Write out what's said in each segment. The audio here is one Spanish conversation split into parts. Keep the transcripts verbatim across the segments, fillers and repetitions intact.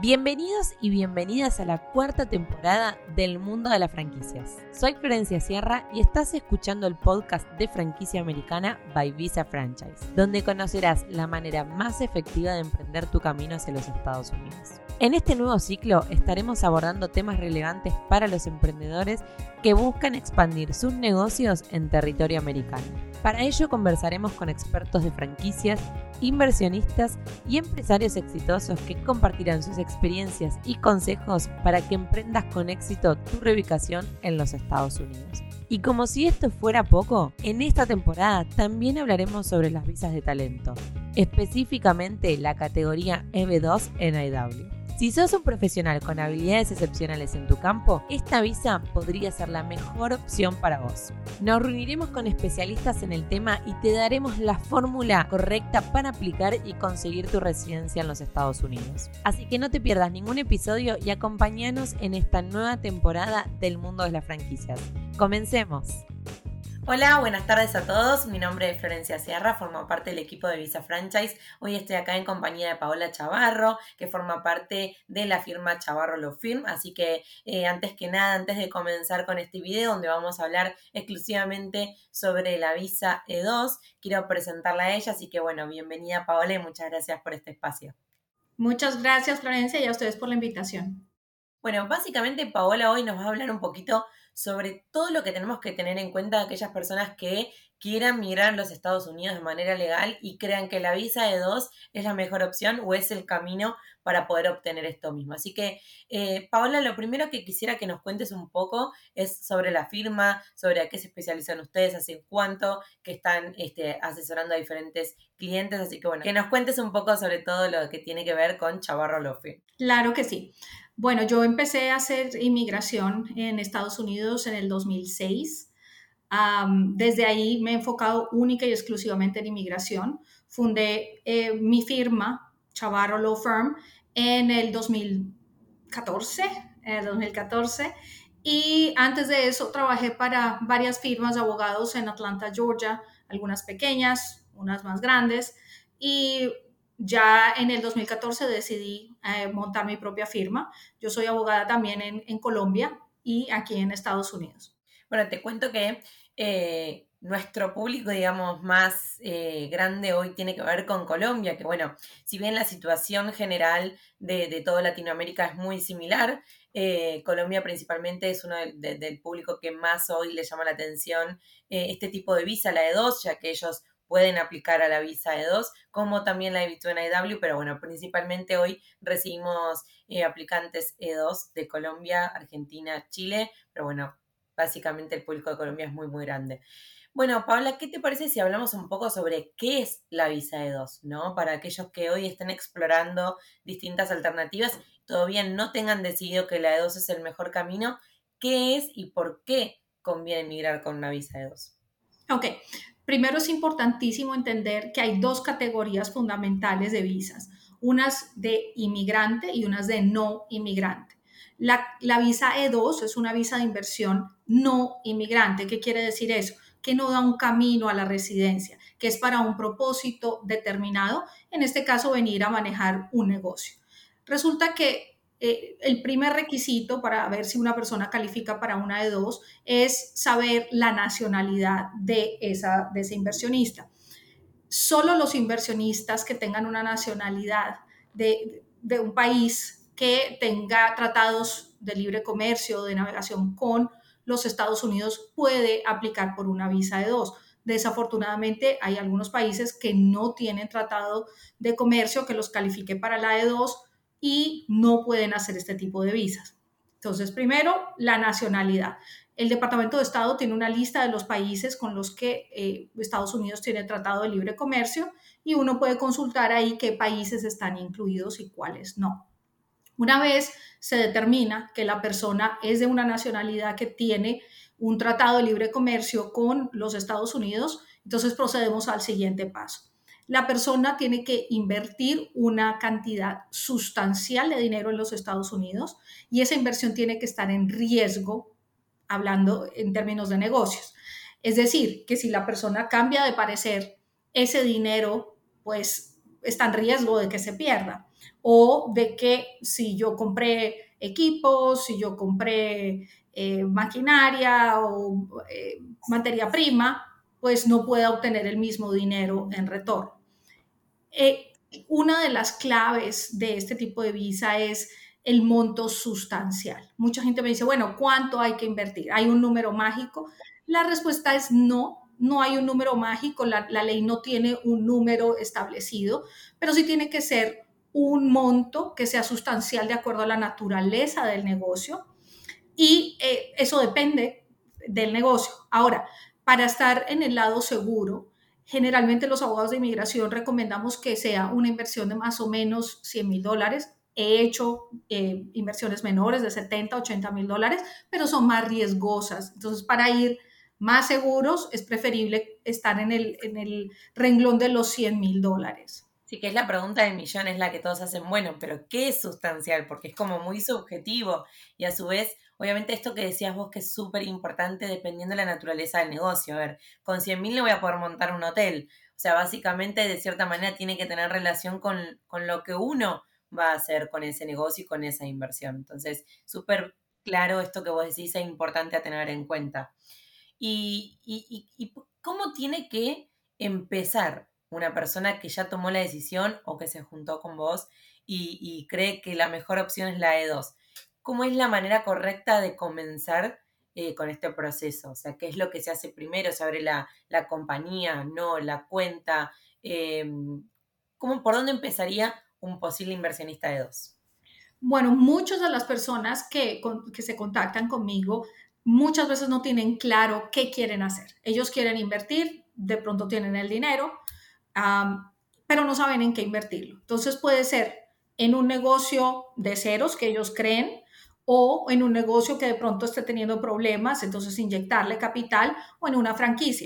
Bienvenidos y bienvenidas a la cuarta temporada del Mundo de las Franquicias. Soy Florencia Sierra y estás escuchando el podcast de franquicia americana by Visa Franchise, donde conocerás la manera más efectiva de emprender tu camino hacia los Estados Unidos. En este nuevo ciclo estaremos abordando temas relevantes para los emprendedores que buscan expandir sus negocios en territorio americano. Para ello conversaremos con expertos de franquicias, inversionistas y empresarios exitosos que compartirán sus experiencias y consejos para que emprendas con éxito tu reubicación en los Estados Unidos. Y como si esto fuera poco, en esta temporada también hablaremos sobre las visas de talento, específicamente la categoría E B dos en I W. Si sos un profesional con habilidades excepcionales en tu campo, esta visa podría ser la mejor opción para vos. Nos reuniremos con especialistas en el tema y te daremos la fórmula correcta para aplicar y conseguir tu residencia en los Estados Unidos. Así que no te pierdas ningún episodio y acompáñanos en esta nueva temporada del Mundo de las Franquicias. ¡Comencemos! Hola, buenas tardes a todos. Mi nombre es Florencia Sierra, formo parte del equipo de Visa Franchise. Hoy estoy acá en compañía de Paola Chavarro, que forma parte de la firma Chavarro Law Firm. Así que eh, antes que nada, antes de comenzar con este video donde vamos a hablar exclusivamente sobre la visa E dos, quiero presentarla a ella. Así que bueno, bienvenida Paola y muchas gracias por este espacio. Muchas gracias Florencia y a ustedes por la invitación. Bueno, básicamente Paola hoy nos va a hablar un poquito sobre todo lo que tenemos que tener en cuenta de aquellas personas que quieran migrar a los Estados Unidos de manera legal y crean que la visa E dos es la mejor opción o es el camino para poder obtener esto mismo. Así que, eh, Paola, lo primero que quisiera que nos cuentes un poco es sobre la firma, sobre a qué se especializan ustedes, hace cuánto que están este, asesorando a diferentes clientes. Así que, bueno, que nos cuentes un poco sobre todo lo que tiene que ver con Chavarro Law Firm. Claro que sí. Bueno, yo empecé a hacer inmigración en Estados Unidos en el dos mil seis. Um, desde ahí me he enfocado única y exclusivamente en inmigración. Fundé eh, mi firma, Chavarro Law Firm, en el dos mil catorce, en el dos mil catorce. Y antes de eso trabajé para varias firmas de abogados en Atlanta, Georgia, algunas pequeñas, unas más grandes. Y ya en el dos mil catorce decidí eh, montar mi propia firma. Yo soy abogada también en, en Colombia y aquí en Estados Unidos. Bueno, te cuento que eh, nuestro público, digamos, más eh, grande hoy tiene que ver con Colombia, que bueno, si bien la situación general de, de toda Latinoamérica es muy similar, eh, Colombia principalmente es uno del, de, del público que más hoy le llama la atención eh, este tipo de visa, la E dos, ya que ellos pueden aplicar a la visa E dos, como también la E B dos en I W, pero bueno, principalmente hoy recibimos eh, aplicantes E dos de Colombia, Argentina, Chile, pero bueno, básicamente el público de Colombia es muy, muy grande. Bueno, Paola, ¿qué te parece si hablamos un poco sobre qué es la visa E dos, ¿no? Para aquellos que hoy estén explorando distintas alternativas, todavía no tengan decidido que la E dos es el mejor camino, ¿qué es y por qué conviene migrar con una visa E dos? Ok, primero es importantísimo entender que hay dos categorías fundamentales de visas, unas de inmigrante y unas de no inmigrante. La, la visa E dos es una visa de inversión no inmigrante. ¿Qué quiere decir eso? Que no da un camino a la residencia, que es para un propósito determinado, en este caso venir a manejar un negocio. Resulta que eh, el primer requisito para ver si una persona califica para una E dos es saber la nacionalidad de, esa, de ese inversionista. Solo los inversionistas que tengan una nacionalidad de, de un país que tenga tratados de libre comercio o de navegación con los Estados Unidos puede aplicar por una visa E dos. Desafortunadamente hay algunos países que no tienen tratado de comercio que los califique para la E dos y no pueden hacer este tipo de visas. Entonces, primero, la nacionalidad. El Departamento de Estado tiene una lista de los países con los que eh, Estados Unidos tiene tratado de libre comercio y uno puede consultar ahí qué países están incluidos y cuáles no. Una vez se determina que la persona es de una nacionalidad que tiene un tratado de libre comercio con los Estados Unidos, entonces procedemos al siguiente paso. La persona tiene que invertir una cantidad sustancial de dinero en los Estados Unidos y esa inversión tiene que estar en riesgo, hablando en términos de negocios. Es decir, que si la persona cambia de parecer, ese dinero pues está en riesgo de que se pierda, o de que si yo compré equipos, si yo compré eh, maquinaria o eh, materia prima, pues no pueda obtener el mismo dinero en retorno. Eh, una de las claves de este tipo de visa es el monto sustancial. Mucha gente me dice, bueno, ¿cuánto hay que invertir? ¿Hay un número mágico? La respuesta es no, no hay un número mágico, la, la ley no tiene un número establecido, pero sí tiene que ser un monto que sea sustancial de acuerdo a la naturaleza del negocio y eh, eso depende del negocio. Ahora, para estar en el lado seguro, generalmente los abogados de inmigración recomendamos que sea una inversión de más o menos cien mil dólares. He hecho eh, inversiones menores de setenta, ochenta mil dólares, pero son más riesgosas. Entonces, para ir más seguros, es preferible estar en el, en el renglón de los cien mil dólares. Sí, que es la pregunta del millón, es la que todos hacen, bueno, pero ¿qué es sustancial? Porque es como muy subjetivo y a su vez, obviamente esto que decías vos que es súper importante dependiendo de la naturaleza del negocio. A ver, con cien mil no voy a poder montar un hotel. O sea, básicamente de cierta manera tiene que tener relación con, con lo que uno va a hacer con ese negocio y con esa inversión. Entonces, súper claro esto que vos decís es importante a tener en cuenta. Y, y, y, y ¿cómo tiene que empezar una persona que ya tomó la decisión o que se juntó con vos y, y cree que la mejor opción es la E dos? ¿Cómo es la manera correcta de comenzar eh, con este proceso? O sea, ¿qué es lo que se hace primero? ¿Se abre la, la compañía? ¿No? ¿La cuenta? Eh, ¿cómo, ¿Por dónde empezaría un posible inversionista E dos? Bueno, muchas de las personas que, que se contactan conmigo muchas veces no tienen claro qué quieren hacer. Ellos quieren invertir, de pronto tienen el dinero, um, pero no saben en qué invertirlo. Entonces puede ser en un negocio de ceros que ellos creen o en un negocio que de pronto esté teniendo problemas, entonces inyectarle capital o en una franquicia.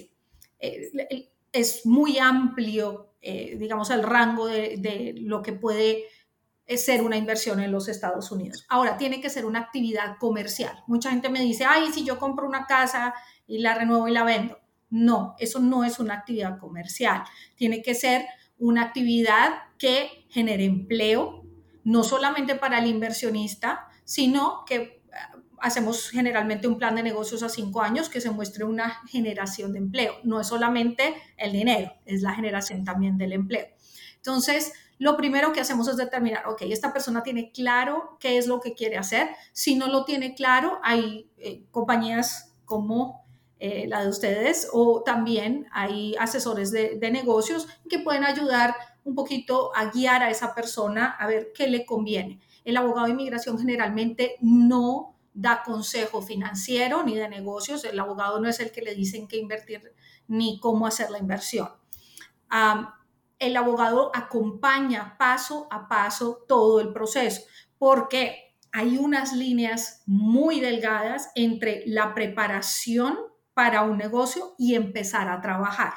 Eh, es muy amplio, eh, digamos, el rango de, de lo que puede ser una inversión en los Estados Unidos. Ahora, tiene que ser una actividad comercial. Mucha gente me dice, ay, si yo compro una casa y la renuevo y la vendo. No, eso no es una actividad comercial. Tiene que ser una actividad que genere empleo, no solamente para el inversionista, sino que hacemos generalmente un plan de negocios a cinco años que se muestre una generación de empleo. No es solamente el dinero, es la generación también del empleo. Entonces, lo primero que hacemos es determinar, ok, esta persona tiene claro qué es lo que quiere hacer. Si no lo tiene claro, hay eh, compañías como eh, la de ustedes o también hay asesores de, de negocios que pueden ayudar un poquito a guiar a esa persona a ver qué le conviene. El abogado de inmigración generalmente no da consejo financiero ni de negocios. El abogado no es el que le dicen qué invertir ni cómo hacer la inversión. Um, el abogado acompaña paso a paso todo el proceso, porque hay unas líneas muy delgadas entre la preparación para un negocio y empezar a trabajar.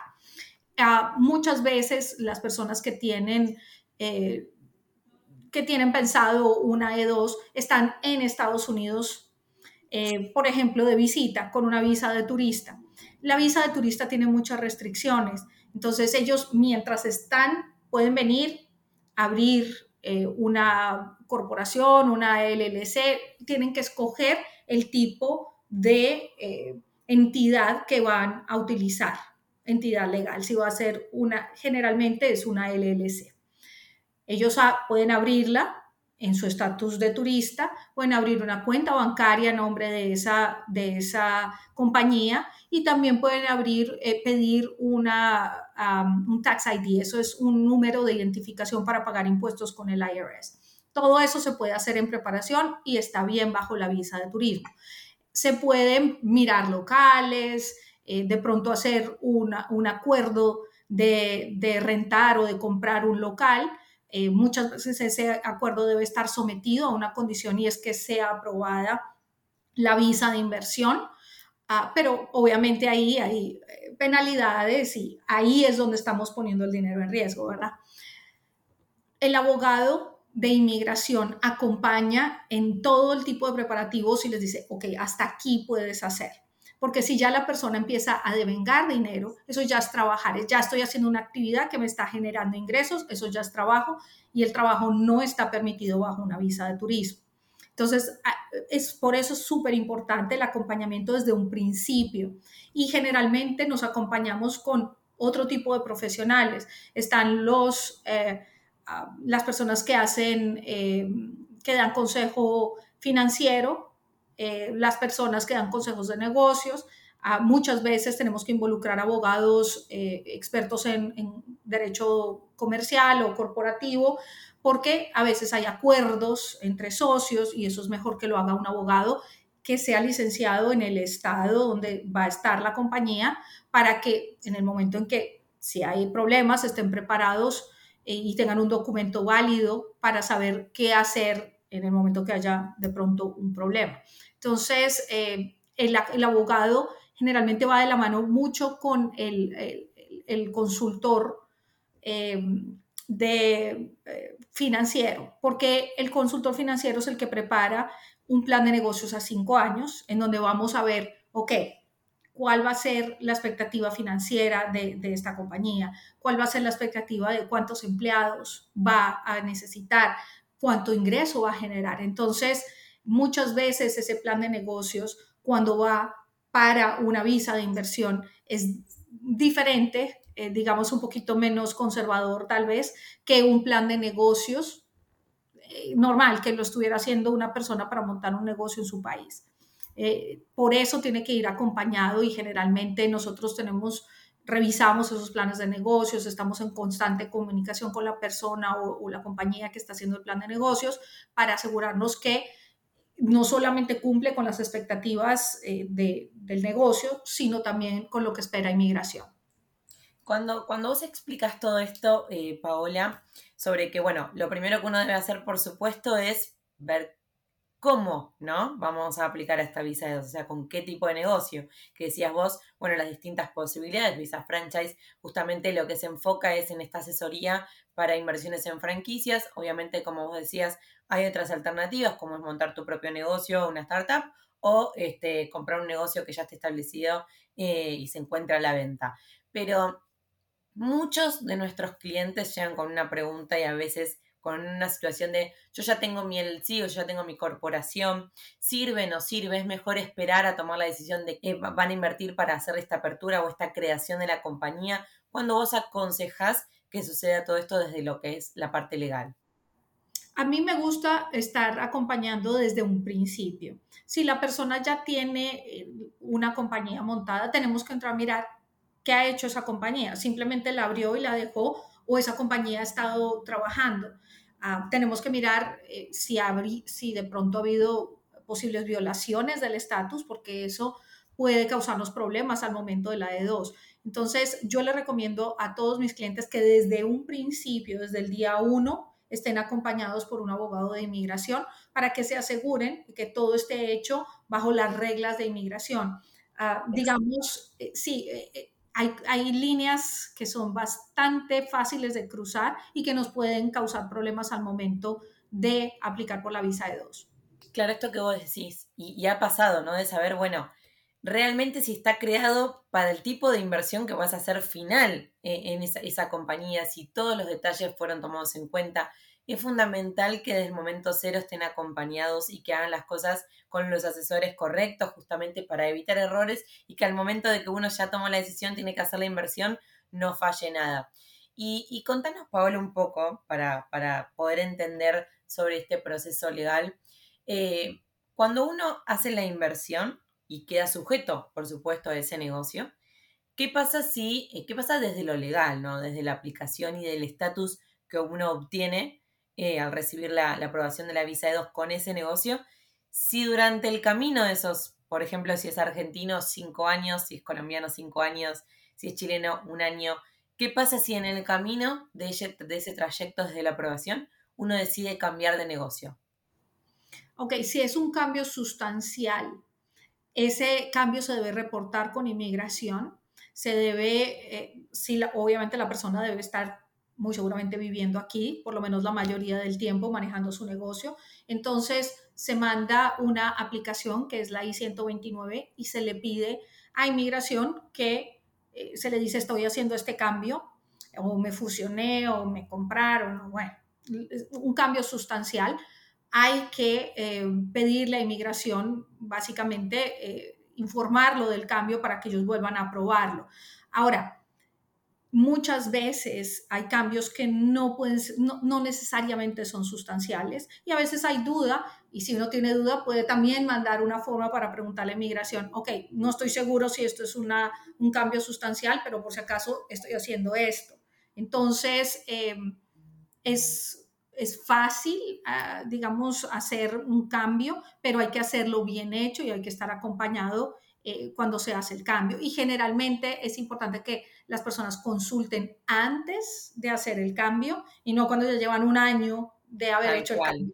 Uh, muchas veces las personas que tienen, eh, que tienen pensado una E dos están en Estados Unidos, eh, por ejemplo, de visita, con una visa de turista. La visa de turista tiene muchas restricciones. Entonces ellos mientras están pueden venir a abrir eh, una corporación, una L L C, tienen que escoger el tipo de eh, entidad que van a utilizar, entidad legal. Si va a ser una, generalmente es una L L C. Ellos a, pueden abrirla en su estatus de turista, pueden abrir una cuenta bancaria a nombre de esa, de esa compañía y también pueden abrir, eh, pedir una, um, un tax I D, eso es un número de identificación para pagar impuestos con el I R S. Todo eso se puede hacer en preparación y está bien bajo la visa de turismo. Se pueden mirar locales, eh, de pronto hacer una, un acuerdo de, de rentar o de comprar un local. Eh, muchas veces ese acuerdo debe estar sometido a una condición y es que sea aprobada la visa de inversión, ah, pero obviamente ahí hay penalidades y ahí es donde estamos poniendo el dinero en riesgo, ¿verdad? El abogado de inmigración acompaña en todo el tipo de preparativos y les dice, ok, hasta aquí puedes hacer. Porque si ya la persona empieza a devengar dinero, eso ya es trabajar, ya estoy haciendo una actividad que me está generando ingresos, eso ya es trabajo y el trabajo no está permitido bajo una visa de turismo. Entonces, es por eso es súper importante el acompañamiento desde un principio y generalmente nos acompañamos con otro tipo de profesionales. Están los, eh, uh, las personas que hacen, eh, que dan consejo financiero, eh, las personas que dan consejos de negocios. Uh, muchas veces tenemos que involucrar abogados eh, expertos en, en derecho comercial o corporativo, porque a veces hay acuerdos entre socios y eso es mejor que lo haga un abogado que sea licenciado en el estado donde va a estar la compañía, para que en el momento en que si hay problemas estén preparados eh, y tengan un documento válido para saber qué hacer en el momento que haya de pronto un problema. Entonces, eh, el, el abogado generalmente va de la mano mucho con el, el, el consultor eh, de, eh, financiero, porque el consultor financiero es el que prepara un plan de negocios a cinco años, en donde vamos a ver, ok, cuál va a ser la expectativa financiera de, de esta compañía, cuál va a ser la expectativa de cuántos empleados va a necesitar, cuánto ingreso va a generar. Entonces, muchas veces ese plan de negocios, cuando va para una visa de inversión, es diferente, eh, digamos un poquito menos conservador tal vez, que un plan de negocios eh, normal, que lo estuviera haciendo una persona para montar un negocio en su país. Eh, por eso tiene que ir acompañado y generalmente nosotros tenemos, revisamos esos planes de negocios, estamos en constante comunicación con la persona o, o la compañía que está haciendo el plan de negocios para asegurarnos que no solamente cumple con las expectativas eh, de, del negocio, sino también con lo que espera inmigración. Cuando, cuando vos explicas todo esto, eh, Paola, sobre que, bueno, lo primero que uno debe hacer, por supuesto, es ver cómo, ¿no? Vamos a aplicar a esta visa de dos, o sea, con qué tipo de negocio. Que decías vos, bueno, las distintas posibilidades, visa franchise, justamente lo que se enfoca es en esta asesoría para inversiones en franquicias. Obviamente, como vos decías, hay otras alternativas, como es montar tu propio negocio, una startup, o este, comprar un negocio que ya esté establecido eh, y se encuentra a la venta. Pero muchos de nuestros clientes llegan con una pregunta y a veces con una situación de yo ya tengo mi L L C o yo ya tengo mi corporación, ¿sirve o no sirve? ¿Es mejor esperar a tomar la decisión de que van a invertir para hacer esta apertura o esta creación de la compañía? Cuando vos aconsejás que suceda todo esto desde lo que es la parte legal. A mí me gusta estar acompañando desde un principio. Si la persona ya tiene una compañía montada, tenemos que entrar a mirar qué ha hecho esa compañía. Simplemente la abrió y la dejó, o esa compañía ha estado trabajando. Uh, tenemos que mirar eh, si, abrí, si de pronto ha habido posibles violaciones del estatus, porque eso puede causarnos problemas al momento de la E dos. Entonces, yo le recomiendo a todos mis clientes que desde un principio, desde el día uno, estén acompañados por un abogado de inmigración para que se aseguren que todo esté hecho bajo las reglas de inmigración. Uh, digamos, eh, sí, eh, hay, hay líneas que son bastante fáciles de cruzar y que nos pueden causar problemas al momento de aplicar por la visa E dos. Claro, esto que vos decís, y, y ha pasado, ¿no? De saber, bueno, realmente si está creado para el tipo de inversión que vas a hacer final eh, en esa, esa compañía, si todos los detalles fueron tomados en cuenta. Es fundamental que desde el momento cero estén acompañados y que hagan las cosas con los asesores correctos, justamente para evitar errores y que al momento de que uno ya tomó la decisión, tiene que hacer la inversión, no falle nada. Y, y contanos, Paola, un poco para, para poder entender sobre este proceso legal. Eh, cuando uno hace la inversión y queda sujeto, por supuesto, a ese negocio, ¿qué pasa si, eh, qué pasa desde lo legal, ¿no? Desde la aplicación y del estatus que uno obtiene eh, al recibir la, la aprobación de la visa E dos con ese negocio? Si durante el camino de esos, por ejemplo, si es argentino, cinco años, si es colombiano, cinco años, si es chileno, un año, ¿qué pasa si en el camino de ese, de ese trayecto desde la aprobación uno decide cambiar de negocio? Ok, si es un cambio sustancial, ese cambio se debe reportar con inmigración, se debe, eh, si la, obviamente la persona debe estar muy seguramente viviendo aquí, por lo menos la mayoría del tiempo manejando su negocio. Entonces se manda una aplicación que es la I ciento veintinueve y se le pide a inmigración que eh, se le dice estoy haciendo este cambio o me fusioné o me compraron, bueno, un cambio sustancial. Hay que eh, pedirle a inmigración básicamente eh, informarlo del cambio para que ellos vuelvan a aprobarlo. Ahora, muchas veces hay cambios que no, pueden, no, no necesariamente son sustanciales y a veces hay duda y si uno tiene duda puede también mandar una forma para preguntarle a inmigración, ok, no estoy seguro si esto es una, un cambio sustancial, pero por si acaso estoy haciendo esto. Entonces, eh, es, es fácil, uh, digamos, hacer un cambio, pero hay que hacerlo bien hecho y hay que estar acompañado eh, cuando se hace el cambio. Y generalmente es importante que las personas consulten antes de hacer el cambio y no cuando ya llevan un año de haber Tal hecho cual. el cambio.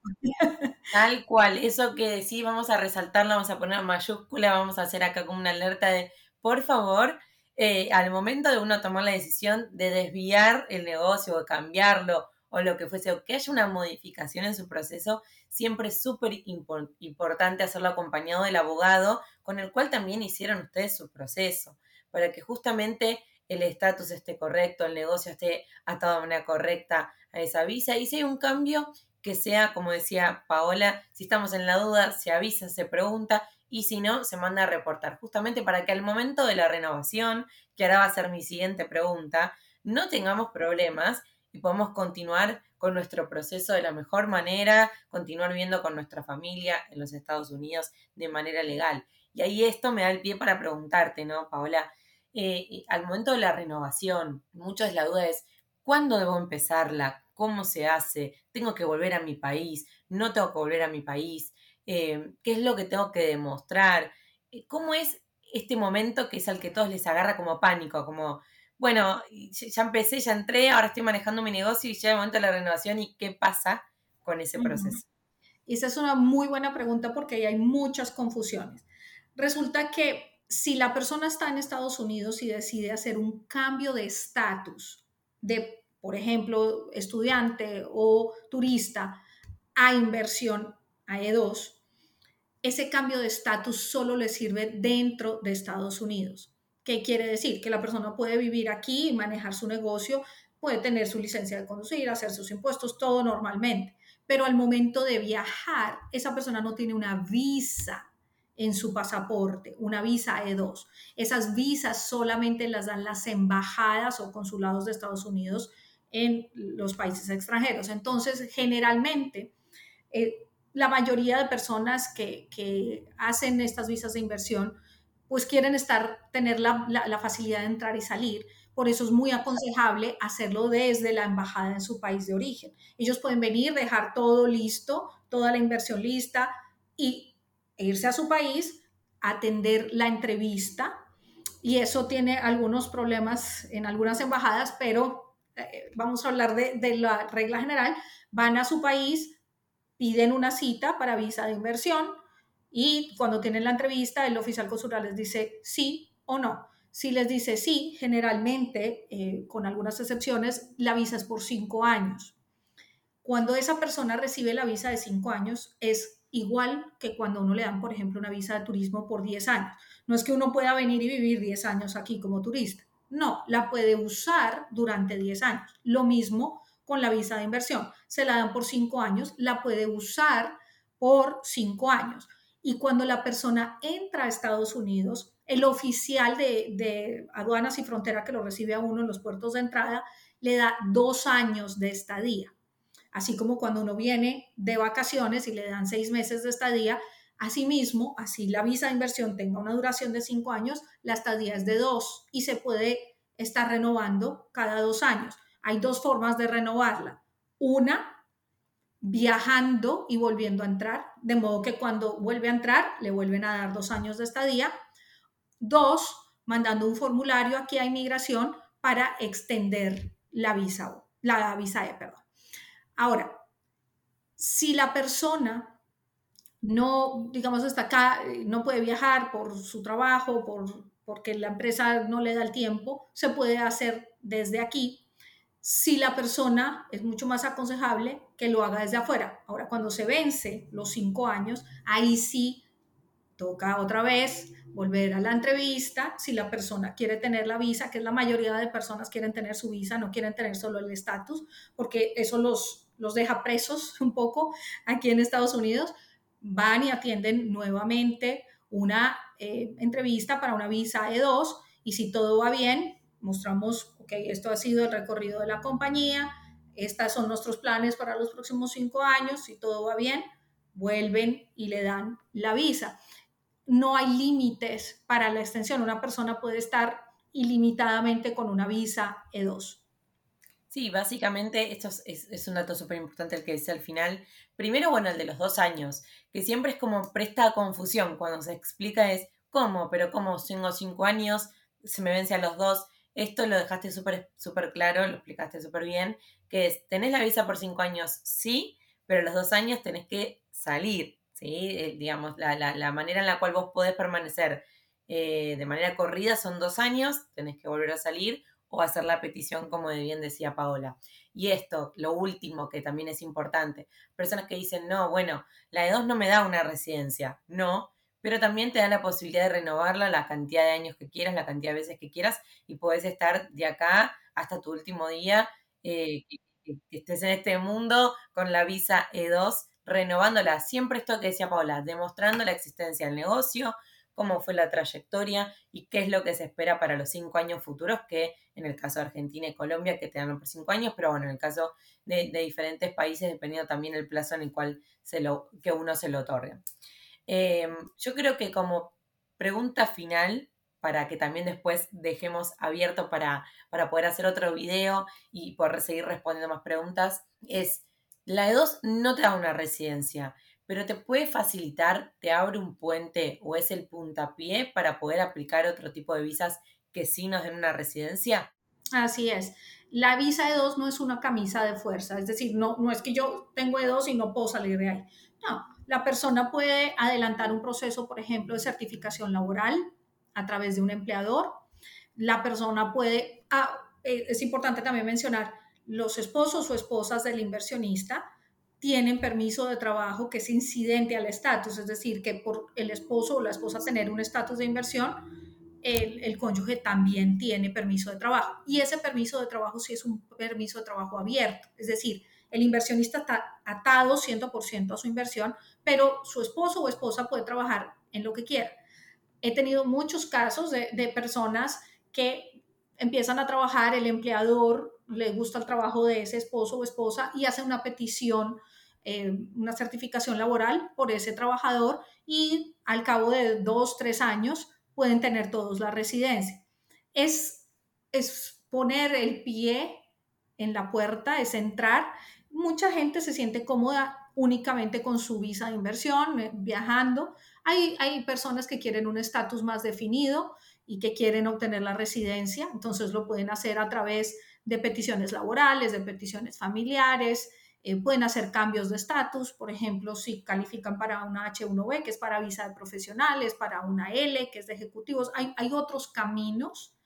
Tal cual, eso que decís, vamos a resaltarlo, vamos a poner mayúscula, vamos a hacer acá como una alerta de, por favor, eh, al momento de uno tomar la decisión de desviar el negocio o cambiarlo o lo que fuese, o que haya una modificación en su proceso, siempre es súper impor- importante hacerlo acompañado del abogado con el cual también hicieron ustedes su proceso, para que justamente el estatus esté correcto, el negocio esté atado de manera correcta a esa visa, y si hay un cambio, que sea, como decía Paola, si estamos en la duda, se avisa, se pregunta, y si no, se manda a reportar, justamente para que al momento de la renovación, que ahora va a ser mi siguiente pregunta, no tengamos problemas y podamos continuar con nuestro proceso de la mejor manera, continuar viviendo con nuestra familia en los Estados Unidos de manera legal. Y ahí esto me da el pie para preguntarte, ¿no, Paola? Eh, al momento de la renovación, muchos la duda es, ¿cuándo debo empezarla? ¿Cómo se hace? ¿Tengo que volver a mi país? ¿No tengo que volver a mi país? Eh, ¿Qué es lo que tengo que demostrar? Eh, ¿Cómo es este momento que es al que todos les agarra como pánico? Como, bueno, ya empecé, ya entré, ahora estoy manejando mi negocio y llega el momento de la renovación y ¿qué pasa con ese proceso? Y esa es una muy buena pregunta porque ahí hay muchas confusiones. Resulta que si la persona está en Estados Unidos y decide hacer un cambio de estatus de, por ejemplo, estudiante o turista a inversión a E dos, ese cambio de estatus solo le sirve dentro de Estados Unidos. ¿Qué quiere decir? Que la persona puede vivir aquí, manejar su negocio, puede tener su licencia de conducir, hacer sus impuestos, todo normalmente. Pero al momento de viajar, esa persona no tiene una visa en su pasaporte, una visa E dos. Esas visas solamente las dan las embajadas o consulados de Estados Unidos en los países extranjeros. Entonces, generalmente, eh, la mayoría de personas que, que, hacen estas visas de inversión, pues quieren estar, tener la, la, la facilidad de entrar y salir. Por eso es muy aconsejable hacerlo desde la embajada en su país de origen. Ellos pueden venir, dejar todo listo, toda la inversión lista y irse a su país, atender la entrevista. Y eso tiene algunos problemas en algunas embajadas, pero eh, vamos a hablar de, de la regla general. Van a su país, piden una cita para visa de inversión y cuando tienen la entrevista el oficial consular les dice sí o no. Si les dice sí, generalmente, eh, con algunas excepciones, la visa es por cinco años. Cuando esa persona recibe la visa de cinco años, es igual que cuando uno le dan, por ejemplo, una visa de turismo por diez años. No es que uno pueda venir y vivir diez años aquí como turista. No, la puede usar durante diez años. Lo mismo con la visa de inversión. Se la dan por cinco años, la puede usar por cinco años. Y cuando la persona entra a Estados Unidos, el oficial de, de aduanas y frontera que lo recibe a uno en los puertos de entrada le da dos años de estadía. Así como cuando uno viene de vacaciones y le dan seis meses de estadía, asimismo, así la visa de inversión tenga una duración de cinco años, la estadía es de dos y se puede estar renovando cada dos años. Hay dos formas de renovarla. Una, viajando y volviendo a entrar, de modo que cuando vuelve a entrar le vuelven a dar dos años de estadía. Dos, mandando un formulario aquí a inmigración para extender la visa, la visa E, perdón. Ahora, si la persona no, digamos, está acá, no puede viajar por su trabajo, por, porque la empresa no le da el tiempo, se puede hacer desde aquí. Si la persona es mucho más aconsejable que lo haga desde afuera. Ahora, cuando se vence los cinco años, ahí sí toca otra vez volver a la entrevista. Si la persona quiere tener la visa, que es la mayoría de personas quieren tener su visa, no quieren tener solo el estatus, porque eso los, los deja presos un poco aquí en Estados Unidos, van y atienden nuevamente una eh, entrevista para una visa E dos y si todo va bien, mostramos, ok, esto ha sido el recorrido de la compañía, estos son nuestros planes para los próximos cinco años, si todo va bien, vuelven y le dan la visa. No hay límites para la extensión, una persona puede estar ilimitadamente con una visa E dos. Sí, básicamente esto es, es, es un dato súper importante el que dice al final. Primero, bueno, el de los dos años, que siempre es como presta confusión cuando se explica es cómo, pero cómo tengo cinco años, se me vence a los dos. Esto lo dejaste súper súper claro, lo explicaste súper bien, que es, tenés la visa por cinco años, sí, pero a los dos años tenés que salir, ¿sí? Eh, digamos, la, la, la manera en la cual vos podés permanecer eh, de manera corrida son dos años, tenés que volver a salir o hacer la petición, como bien decía Paola. Y esto, lo último que también es importante, personas que dicen, no, bueno, la E dos no me da una residencia, no, pero también te da la posibilidad de renovarla la cantidad de años que quieras, la cantidad de veces que quieras, y podés estar de acá hasta tu último día, eh, que, que, que estés en este mundo con la visa E dos, renovándola. Siempre esto que decía Paola, demostrando la existencia del negocio, cómo fue la trayectoria y qué es lo que se espera para los cinco años futuros, que en el caso de Argentina y Colombia, que te dan por cinco años, pero bueno, en el caso de, de diferentes países, dependiendo también el plazo en el cual se lo, que uno se lo otorgue. Eh, yo creo que como pregunta final, para que también después dejemos abierto para, para poder hacer otro video y poder seguir respondiendo más preguntas, es, la E dos no te da una residencia, pero te puede facilitar, te abre un puente o es el puntapié para poder aplicar otro tipo de visas que sí nos den una residencia. Así es. La visa E dos no es una camisa de fuerza, es decir, no, no es que yo tengo E dos y no puedo salir de ahí. No, la persona puede adelantar un proceso, por ejemplo, de certificación laboral a través de un empleador. La persona puede, ah, es importante también mencionar, los esposos o esposas del inversionista tienen permiso de trabajo que es incidente al estatus, es decir, que por el esposo o la esposa tener un estatus de inversión, el, el cónyuge también tiene permiso de trabajo. Y ese permiso de trabajo sí es un permiso de trabajo abierto, es decir, el inversionista está atado cien por ciento a su inversión, pero su esposo o esposa puede trabajar en lo que quiera. He tenido muchos casos de, de personas que empiezan a trabajar, el empleador le gusta el trabajo de ese esposo o esposa y hace una petición, eh, una certificación laboral por ese trabajador y al cabo de dos, tres años pueden tener todos la residencia. Es, es poner el pie en la puerta, es entrar. Mucha gente se siente cómoda únicamente con su visa de inversión, eh, viajando. Hay, hay personas que quieren un estatus más definido y que quieren obtener la residencia, entonces lo pueden hacer a través de peticiones laborales, de peticiones familiares, eh, pueden hacer cambios de estatus, por ejemplo, si califican para una H uno B, que es para visa de profesionales, para una L, que es de ejecutivos, hay, hay otros caminos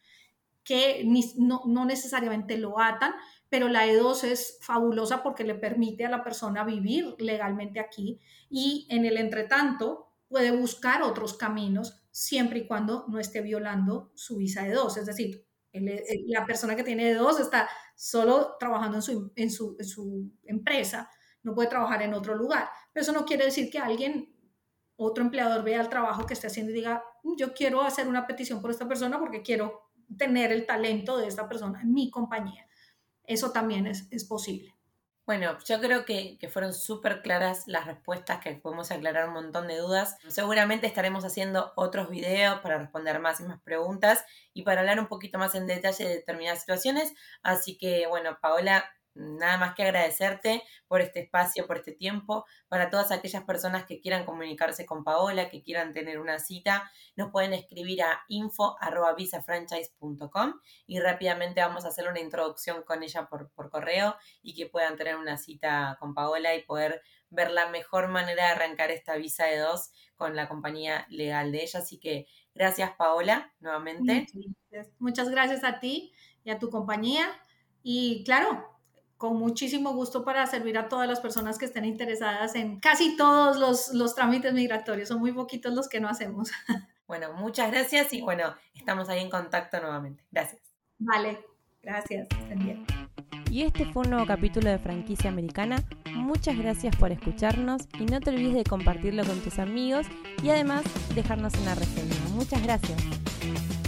que ni, no, no necesariamente lo atan, pero la E dos es fabulosa porque le permite a la persona vivir legalmente aquí y en el entretanto puede buscar otros caminos siempre y cuando no esté violando su visa E dos. Es decir, el, el, la persona que tiene E dos está solo trabajando en su, en, su, en su empresa, no puede trabajar en otro lugar. Pero eso no quiere decir que alguien, otro empleador, vea el trabajo que esté haciendo y diga, yo quiero hacer una petición por esta persona porque quiero tener el talento de esta persona en mi compañía. Eso también es, es posible. Bueno, yo creo que, que fueron súper claras las respuestas, que podemos aclarar un montón de dudas. Seguramente estaremos haciendo otros videos para responder más y más preguntas y para hablar un poquito más en detalle de determinadas situaciones. Así que, bueno, Paola, nada más que agradecerte por este espacio, por este tiempo. Para todas aquellas personas que quieran comunicarse con Paola, que quieran tener una cita, nos pueden escribir a info arroba visafranchise punto com y rápidamente vamos a hacer una introducción con ella por, por correo y que puedan tener una cita con Paola y poder ver la mejor manera de arrancar esta visa E dos con la compañía legal de ella. Así que gracias, Paola, nuevamente. Muchas gracias a ti y a tu compañía. Y claro, con muchísimo gusto para servir a todas las personas que estén interesadas en casi todos los, los trámites migratorios. Son muy poquitos los que no hacemos. Bueno, muchas gracias y bueno, estamos ahí en contacto nuevamente. Gracias. Vale, gracias. Estén bien. Y este fue un nuevo capítulo de Franquicia Americana. Muchas gracias por escucharnos y no te olvides de compartirlo con tus amigos y además dejarnos una reseña. Muchas gracias.